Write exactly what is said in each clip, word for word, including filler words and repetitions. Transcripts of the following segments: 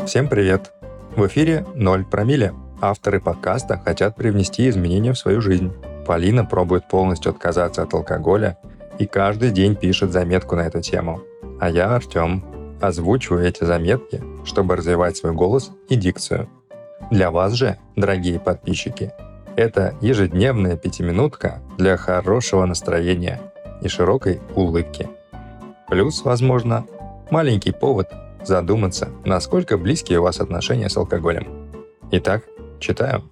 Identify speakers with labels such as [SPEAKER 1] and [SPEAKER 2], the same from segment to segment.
[SPEAKER 1] Всем привет! В эфире «Ноль промилле». Авторы подкаста хотят привнести изменения в свою жизнь. Полина пробует полностью отказаться от алкоголя и каждый день пишет заметку на эту тему. А я, Артем, озвучиваю эти заметки, чтобы развивать свой голос и дикцию. Для вас же, дорогие подписчики, это ежедневная пятиминутка для хорошего настроения и широкой улыбки. Плюс, возможно, маленький повод задуматься, насколько близкие у вас отношения с алкоголем. Итак, читаю.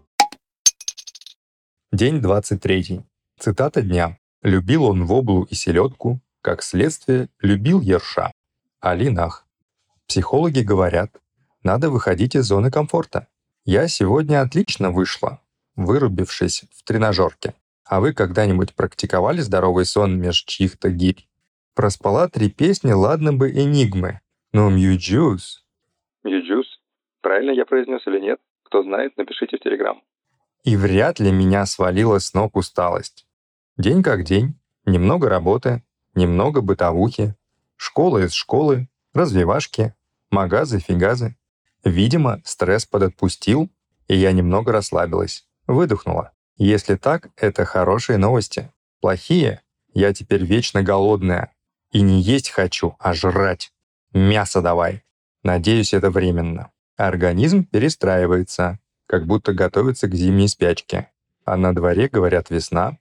[SPEAKER 1] День двадцать третий. Цитата дня. «Любил он воблу и селедку, как следствие любил ерша». Али Нах. Психологи говорят, надо выходить из зоны комфорта. Я сегодня отлично вышла, вырубившись в тренажерке. А вы когда-нибудь практиковали здоровый сон меж чьих-то гирь? Проспала три песни, ладно бы энигмы. Но Мьюджус...
[SPEAKER 2] Мьюджус? Правильно я произнес или нет? Кто знает, напишите в Телеграм.
[SPEAKER 1] И вряд ли меня свалила с ног усталость. День как день, немного работы, немного бытовухи, школа из школы, развивашки, магазы-фигазы. Видимо, стресс подотпустил, и я немного расслабилась, выдохнула. Если так, это хорошие новости. Плохие, я теперь вечно голодная. И не есть хочу, а жрать. Мясо давай. Надеюсь, это временно. Организм перестраивается, как будто готовится к зимней спячке. А на дворе, говорят, весна.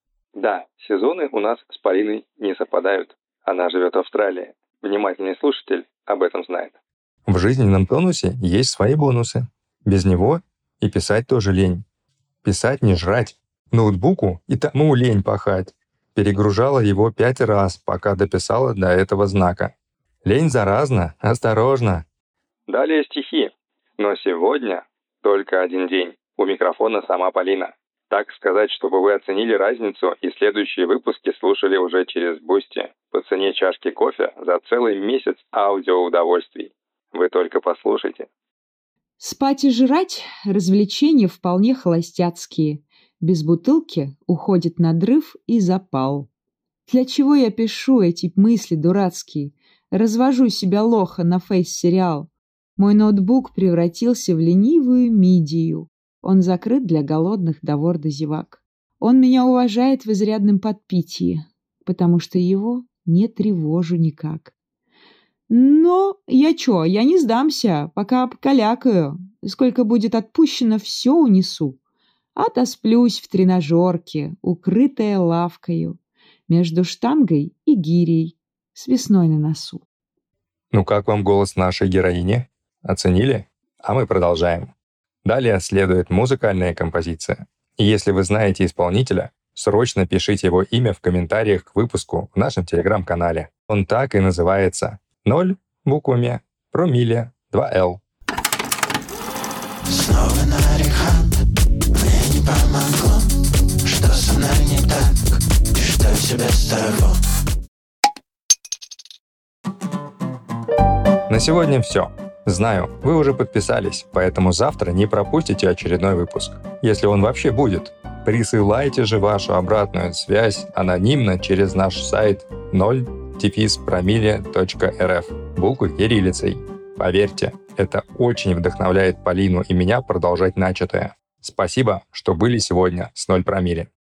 [SPEAKER 2] Да, сезоны у нас с Полиной не совпадают. Она живет в Австралии. Внимательный слушатель об этом знает.
[SPEAKER 1] В жизненном тонусе есть свои бонусы. Без него и писать тоже лень. Писать не жрать. Ноутбуку и тому лень пахать. Перегружала его пять раз, пока дописала до этого знака. Лень заразна, осторожно.
[SPEAKER 2] Далее стихи. Но сегодня только один день. У микрофона сама Полина. Так сказать, чтобы вы оценили разницу и следующие выпуски слушали уже через Бусти по цене чашки кофе за целый месяц аудиоудовольствий. Вы только послушайте.
[SPEAKER 3] Спать и жрать – развлечения вполне холостяцкие. Без бутылки уходит надрыв и запал. Для чего я пишу эти мысли дурацкие? Развожу себя лоха на фейс-сериал. Мой ноутбук превратился в ленивую мидию. Он закрыт для голодных до ворда зевак. Он меня уважает в изрядном подпитии, потому что его не тревожу никак. Но я чё, я не сдамся, пока покалякаю. Сколько будет отпущено, все унесу. Отосплюсь в тренажерке, укрытая лавкою, между штангой и гирей, с весной на носу.
[SPEAKER 1] Ну как вам голос нашей героини? Оценили? А мы продолжаем. Далее следует музыкальная композиция. И если вы знаете исполнителя, срочно пишите его имя в комментариях к выпуску в нашем телеграм-канале. Он так и называется. Ноль буквами, промилле, два эл.
[SPEAKER 4] Снова на рехаб, мне не помогло. Что со мной не так, что в тебе старого?
[SPEAKER 1] На сегодня все. Знаю, вы уже подписались, поэтому завтра не пропустите очередной выпуск. Если он вообще будет, присылайте же вашу обратную связь анонимно через наш сайт ноль промилле точка эр эф, буквы кириллицей. Поверьте, это очень вдохновляет Полину и меня продолжать начатое. Спасибо, что были сегодня с ноль промилле.